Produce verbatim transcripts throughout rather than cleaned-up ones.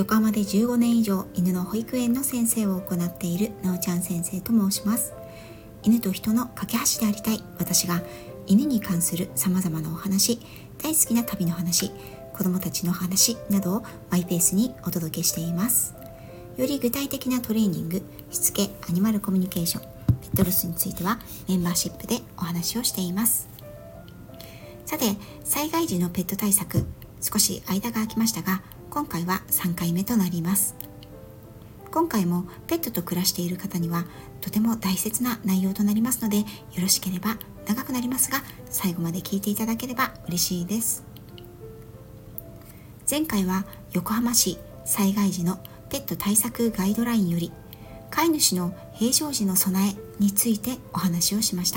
横浜でじゅうごねん以上犬の保育園の先生を行っているなおちゃん先生と申します。犬と人の架け橋でありたい私が、犬に関するさまざまなお話、大好きな旅の話、子どもたちの話などをマイペースにお届けしています。より具体的なトレーニング、しつけ、アニマルコミュニケーション、ペットロスについてはメンバーシップでお話をしています。さて、災害時のペット対策、少し間が空きましたが、今回はさんかいめとなります。今回もペットと暮らしている方にはとても大切な内容となりますので、よろしければ長くなりますが最後まで聞いていただければ嬉しいです。前回は横浜市災害時のペット対策ガイドラインより飼い主の平常時の備えについてお話をしました。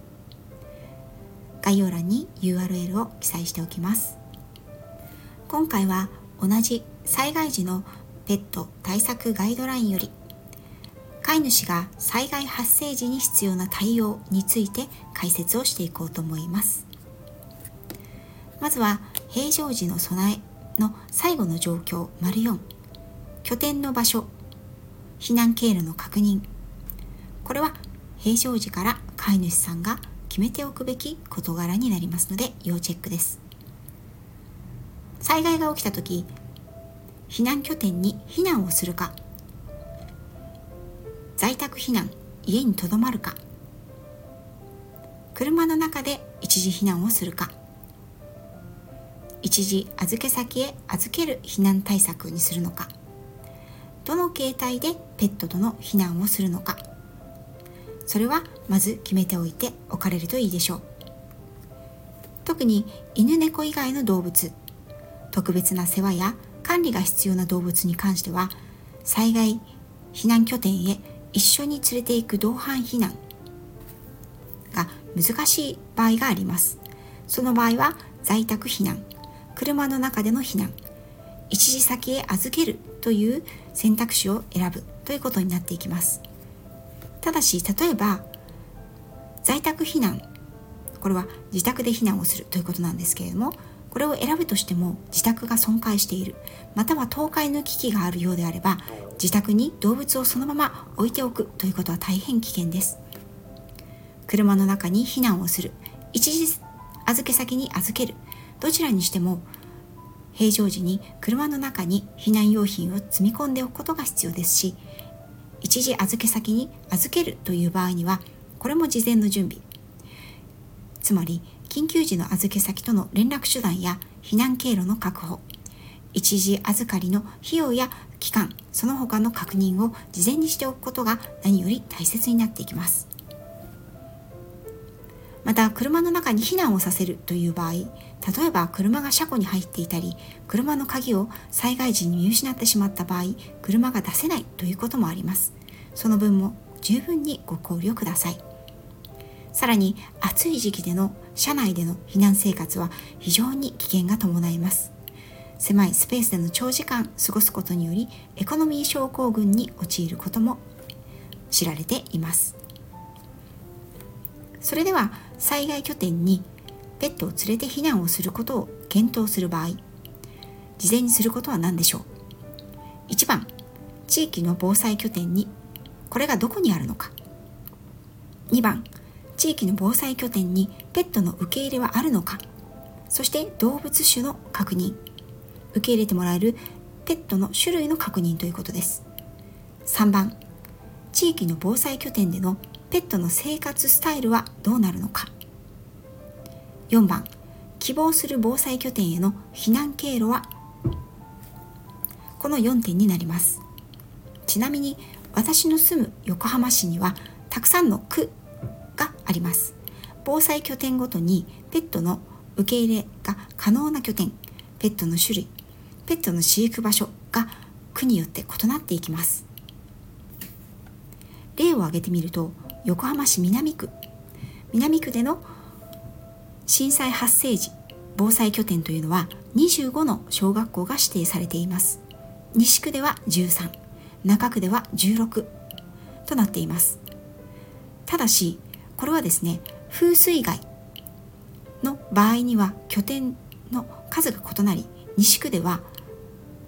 概要欄に ユーアールエル を記載しておきます。今回は同じ災害時のペット対策ガイドラインより飼い主が災害発生時に必要な対応について解説をしていこうと思います。まずは平常時の備えの最後の状況 よん、拠点の場所、避難経路の確認。これは平常時から飼い主さんが決めておくべき事柄になりますので要チェックです。災害が起きたとき、避難拠点に避難をするか、在宅避難、家にとどまるか、車の中で一時避難をするか、一時預け先へ預ける避難対策にするのか、どの形態でペットとの避難をするのか、それはまず決めておいておかれるといいでしょう。特に犬猫以外の動物、特別な世話や管理が必要な動物に関しては、災害避難拠点へ一緒に連れて行く同伴避難が難しい場合があります。その場合は在宅避難、車の中での避難、一時先へ預けるという選択肢を選ぶということになっていきます。ただし、例えば在宅避難、これは自宅で避難をするということなんですけれども、これを選ぶとしても自宅が損壊している、または倒壊の危機があるようであれば、自宅に動物をそのまま置いておくということは大変危険です。車の中に避難をする、一時預け先に預ける、どちらにしても平常時に車の中に避難用品を積み込んでおくことが必要ですし、一時預け先に預けるという場合にはこれも事前の準備、つまり緊急時の預け先との連絡手段や避難経路の確保、一時預かりの費用や期間、その他の確認を事前にしておくことが何より大切になっていきます。また、車の中に避難をさせるという場合、例えば車が車庫に入っていたり、車の鍵を災害時に見失ってしまった場合、車が出せないということもあります。その分も十分にご考慮ください。さらに、暑い時期での車内での避難生活は非常に危険が伴います。狭いスペースでの長時間過ごすことによりエコノミー症候群に陥ることも知られています。それでは災害拠点にペットを連れて避難をすることを検討する場合、事前にすることは何でしょう。いちばん、地域の防災拠点にこれがどこにあるのか。にばん、地域の防災拠点にペットの受け入れはあるのか。そして動物種の確認、受け入れてもらえるペットの種類の確認ということです。さんばん、地域の防災拠点でのペットの生活スタイルはどうなるのか。よんばん、希望する防災拠点への避難経路は。このよんてんになります。ちなみに私の住む横浜市にはたくさんの区があります。防災拠点ごとにペットの受け入れが可能な拠点、ペットの種類、ペットの飼育場所が区によって異なっていきます。例を挙げてみると、横浜市南区南区での震災発生時防災拠点というのはにじゅうごの小学校が指定されています。西区ではじゅうさん、中区ではじゅうろくとなっています。ただしこれはですね、風水害の場合には拠点の数が異なり、西区では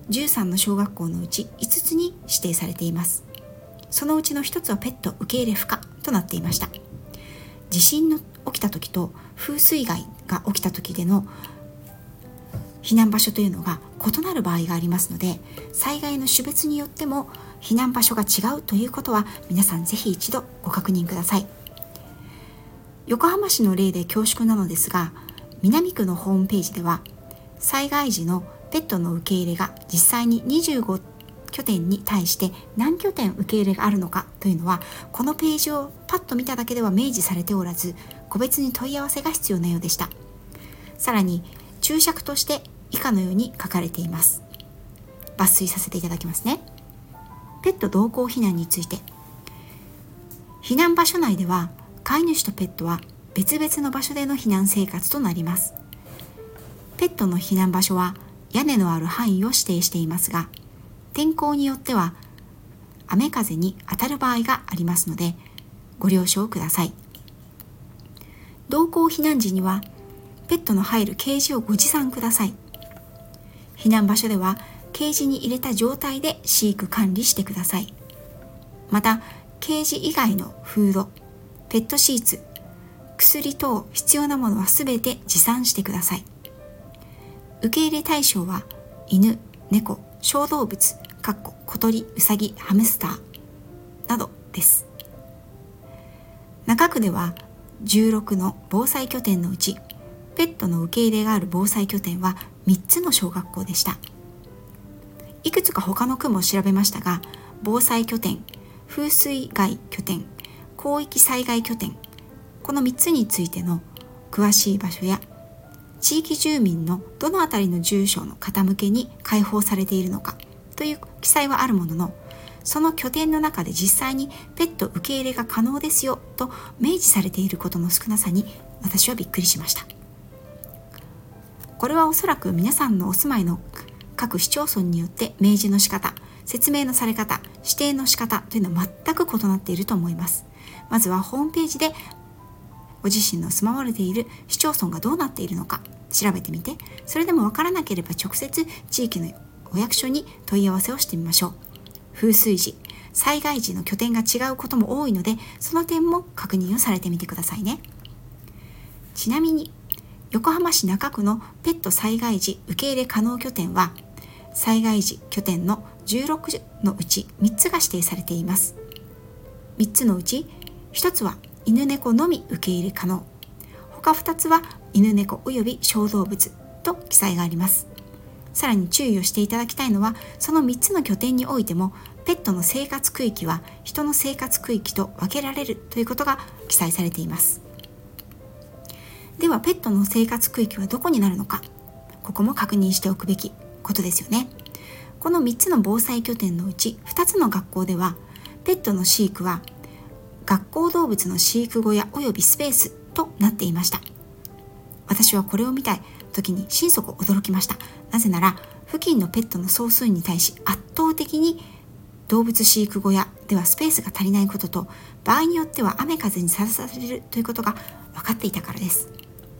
じゅうさんの小学校のうちいつつに指定されています。そのうちのひとつはペット受け入れ不可となっていました。地震の起きた時と風水害が起きた時での避難場所というのが異なる場合がありますので、災害の種別によっても避難場所が違うということは皆さんぜひ一度ご確認ください。横浜市の例で恐縮なのですが、南区のホームページでは災害時のペットの受け入れが実際ににじゅうご拠点に対して何拠点受け入れがあるのかというのは、このページをパッと見ただけでは明示されておらず、個別に問い合わせが必要なようでした。さらに注釈として以下のように書かれています。抜粋させていただきますね。ペット同行避難について、避難場所内では飼い主とペットは別々の場所での避難生活となります。ペットの避難場所は屋根のある範囲を指定していますが、天候によっては雨風に当たる場合がありますのでご了承ください。同行避難時にはペットの入るケージをご持参ください。避難場所ではケージに入れた状態で飼育管理してください。またケージ以外のフード、ペットシーツ、薬等必要なものはすべて持参してください。受け入れ対象は犬、猫、小動物、かっこ小鳥、うさぎ、ハムスターなどです。中区ではじゅうろくの防災拠点のうち、ペットの受け入れがある防災拠点はみっつの小学校でした。いくつか他の区も調べましたが、防災拠点、風水害拠点、広域災害拠点、このみっつについての詳しい場所や地域住民のどのあたりの住所の方向けに開放されているのかという記載はあるものの、その拠点の中で実際にペット受け入れが可能ですよと明示されていることの少なさに私はびっくりしました。これはおそらく皆さんのお住まいの各市町村によって明示の仕方、説明のされ方、指定の仕方というのは全く異なっていると思います。まずはホームページでご自身の住まわれている市町村がどうなっているのか調べてみて、それでもわからなければ直接地域のお役所に問い合わせをしてみましょう。風水時、災害時の拠点が違うことも多いので、その点も確認をされてみてくださいね。ちなみに横浜市中区のペット災害時受け入れ可能拠点は、災害時拠点のじゅうろくのうちみっつが指定されています。みっつのうちひとつは犬猫のみ受け入れ可能、他ふたつは犬猫および小動物と記載があります。さらに注意をしていただきたいのは、そのみっつの拠点においてもペットの生活区域は人の生活区域と分けられるということが記載されています。ではペットの生活区域はどこになるのか、ここも確認しておくべきことですよね。このみっつの防災拠点のうちふたつの学校では、ペットの飼育は学校動物の飼育小屋およびスペースとなっていました。私はこれを見た時に心底驚きました。なぜなら付近のペットの総数に対し圧倒的に動物飼育小屋ではスペースが足りないことと、場合によっては雨風にさらされるということが分かっていたからです。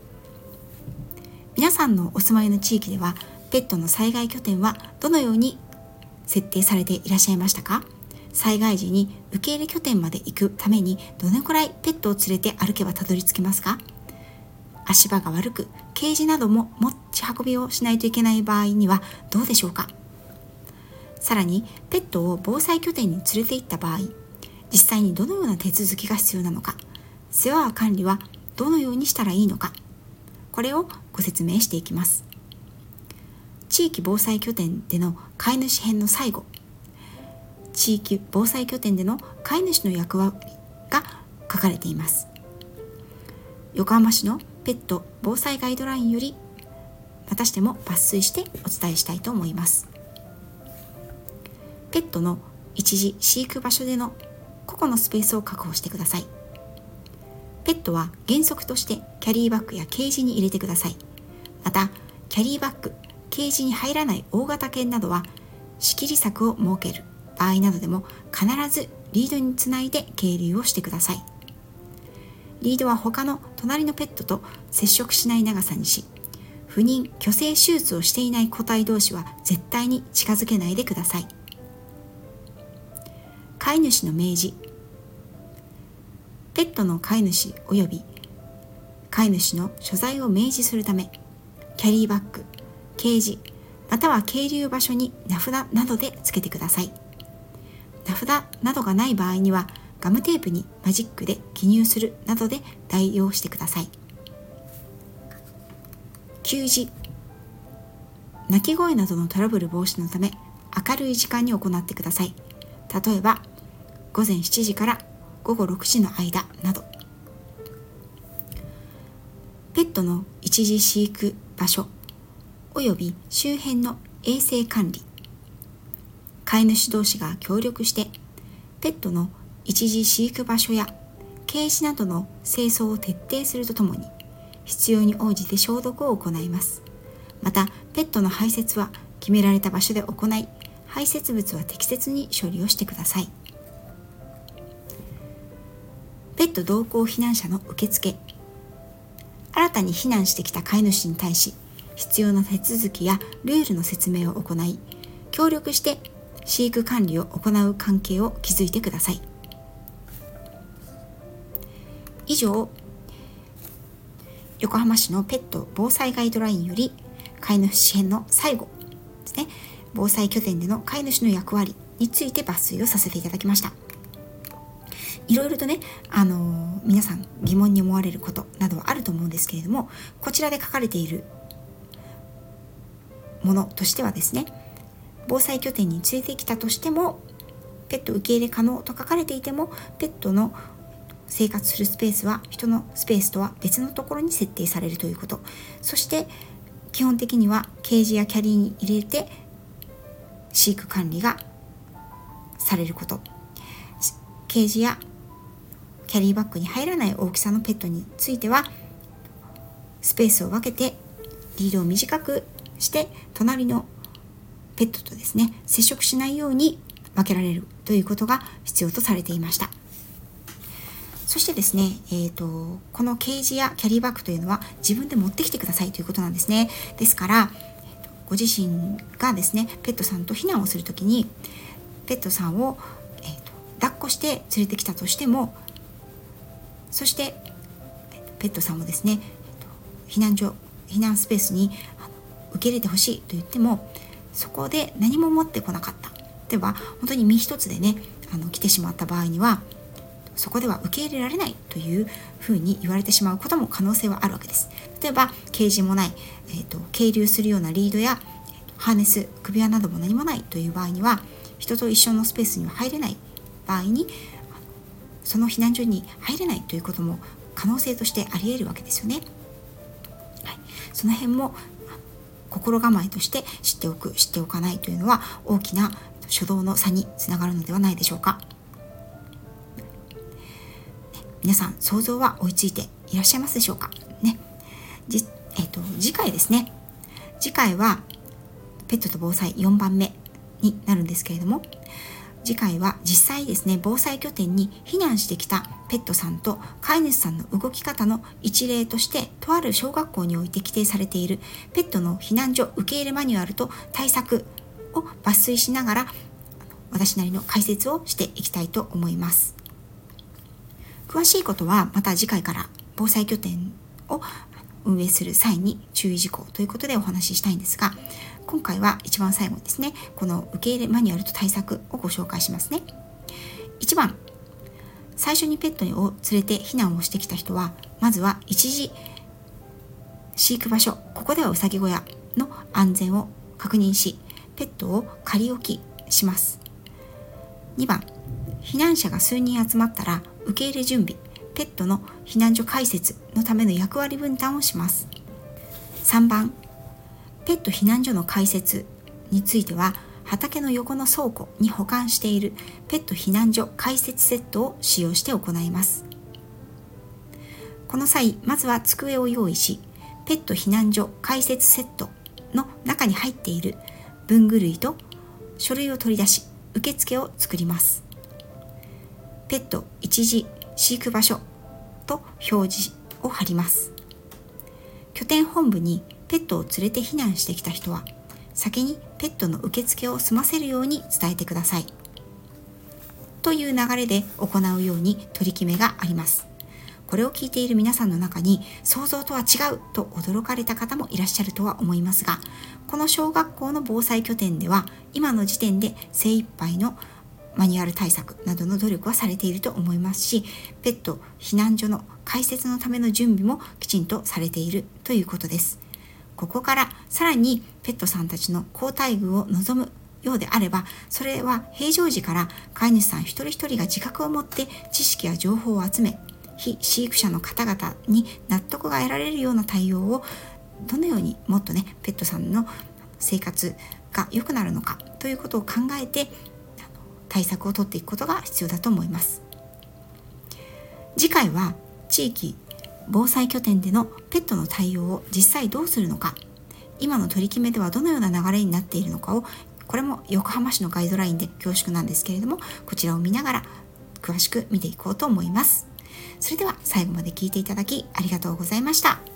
皆さんのお住まいの地域ではペットの災害拠点はどのように設定されていらっしゃいましたか？災害時に受け入れ拠点まで行くためにどのくらいペットを連れて歩けばたどり着けますか？足場が悪くケージなども持ち運びをしないといけない場合にはどうでしょうか？さらにペットを防災拠点に連れて行った場合、実際にどのような手続きが必要なのか、世話や管理はどのようにしたらいいのか、これをご説明していきます。地域防災拠点での飼い主編の最後、地域防災拠点での飼い主の役割が書かれています。横浜市のペット防災ガイドラインよりまたしても抜粋してお伝えしたいと思います。ペットの一時飼育場所での個々のスペースを確保してください。ペットは原則としてキャリーバッグやケージに入れてください。またキャリーバッグ、ケージに入らない大型犬などは仕切り柵を設ける場合などでも必ずリードにつない係留をしてください。リードは他の隣のペットと接触しない長さにし、 不妊・去勢手術をしていない個体同士は絶対に近づけないでください。飼い主の明示。ペットの飼い主及び飼い主の所在を明示するため、キャリーバッグ、ケージ、または係留場所に名札などでつけてください。名札などがない場合には、ガムテープにマジックで記入するなどで代用してください。給餌。鳴き声などのトラブル防止のため、明るい時間に行ってください。例えば、ごぜんしちじからごごろくじの間など。ペットの一時飼育場所および周辺の衛生管理。飼い主同士が協力して、ペットの一時飼育場所やケージなどの清掃を徹底するとともに、必要に応じて消毒を行います。また、ペットの排泄は決められた場所で行い、排泄物は適切に処理をしてください。ペット同行避難者の受付。新たに避難してきた飼い主に対し、必要な手続きやルールの説明を行い、協力して飼育管理を行う関係を築いてください。以上、横浜市のペット防災ガイドラインより飼い主編の最後ですね、防災拠点での飼い主の役割について抜粋をさせていただきました。いろいろとね、あのー、皆さん疑問に思われることなどはあると思うんですけれども、こちらで書かれているものとしてはですね、防災拠点に連れてきたとしても、ペット受け入れ可能と書かれていても、ペットの生活するスペースは人のスペースとは別のところに設定されるということ、そして基本的にはケージやキャリーに入れて飼育管理がされること、ケージやキャリーバッグに入らない大きさのペットについては、スペースを分けてリードを短くして隣のペットとですね接触しないように分けられるということが必要とされていました。そしてですね、えーと、このケージやキャリーバッグというのは自分で持ってきてくださいということなんですね。ですから、ご自身がですねペットさんと避難をするときに、ペットさんを、えーと、抱っこして連れてきたとしても、そしてペットさんをですね避難所避難スペースに受け入れてほしいと言っても、そこで何も持ってこなかった、では本当に身一つでねあの来てしまった場合には、そこでは受け入れられないというふうに言われてしまうことも可能性はあるわけです。例えばケージもない、えーと、係留するようなリードやハーネス、首輪なども何もないという場合には、人と一緒のスペースには入れない場合に、その避難所に入れないということも可能性としてあり得るわけですよね。はい、その辺も心構えとして知っておく、知っておかないというのは大きな初動の差につながるのではないでしょうか。皆さん想像は追いついていらっしゃいますでしょうかね。じ、えーと、次回ですね。次回はペットと防災よんばんめになるんですけれども、次回は実際ですね防災拠点に避難してきたペットさんと飼い主さんの動き方の一例として、とある小学校において規定されているペットの避難所受け入れマニュアルと対策を抜粋しながら、私なりの解説をしていきたいと思います。詳しいことはまた次回から防災拠点を運営する際に注意事項ということでお話ししたいんですが、今回は一番最後にですね、この受け入れマニュアルと対策をご紹介しますね。いちばん、最初にペットを連れて避難をしてきた人は、まずは一時飼育場所、ここではうさぎ小屋の安全を確認し、ペットを仮置きします。にばん、避難者が数人集まったら受け入れ準備、ペットの避難所開設のための役割分担をします。さんばん、ペット避難所の開設については、畑の横の倉庫に保管しているペット避難所開設セットを使用して行います。この際、まずは机を用意し、ペット避難所開設セットの中に入っている文具類と書類を取り出し、受付を作ります。ペット一時飼育場所と表示を貼ります。拠点本部にペットを連れて避難してきた人は、先にペットの受付を済ませるように伝えてください。という流れで行うように取り決めがあります。これを聞いている皆さんの中に、想像とは違うと驚かれた方もいらっしゃるとは思いますが、この小学校の防災拠点では、今の時点で精一杯のマニュアル対策などの努力はされていると思いますし、ペット避難所の開設のための準備もきちんとされているということです。ここからさらにペットさんたちの好待遇を望むようであれば、それは平常時から飼い主さん一人一人が自覚を持って知識や情報を集め、非飼育者の方々に納得が得られるような対応を、どのようにもっとねペットさんの生活が良くなるのかということを考えて対策を取っていくことが必要だと思います。次回は地域防災拠点でのペットの対応を実際どうするのか、今の取り決めではどのような流れになっているのかを、これも横浜市のガイドラインで恐縮なんですけれども、こちらを見ながら詳しく見ていこうと思います。それでは最後まで聞いていただきありがとうございました。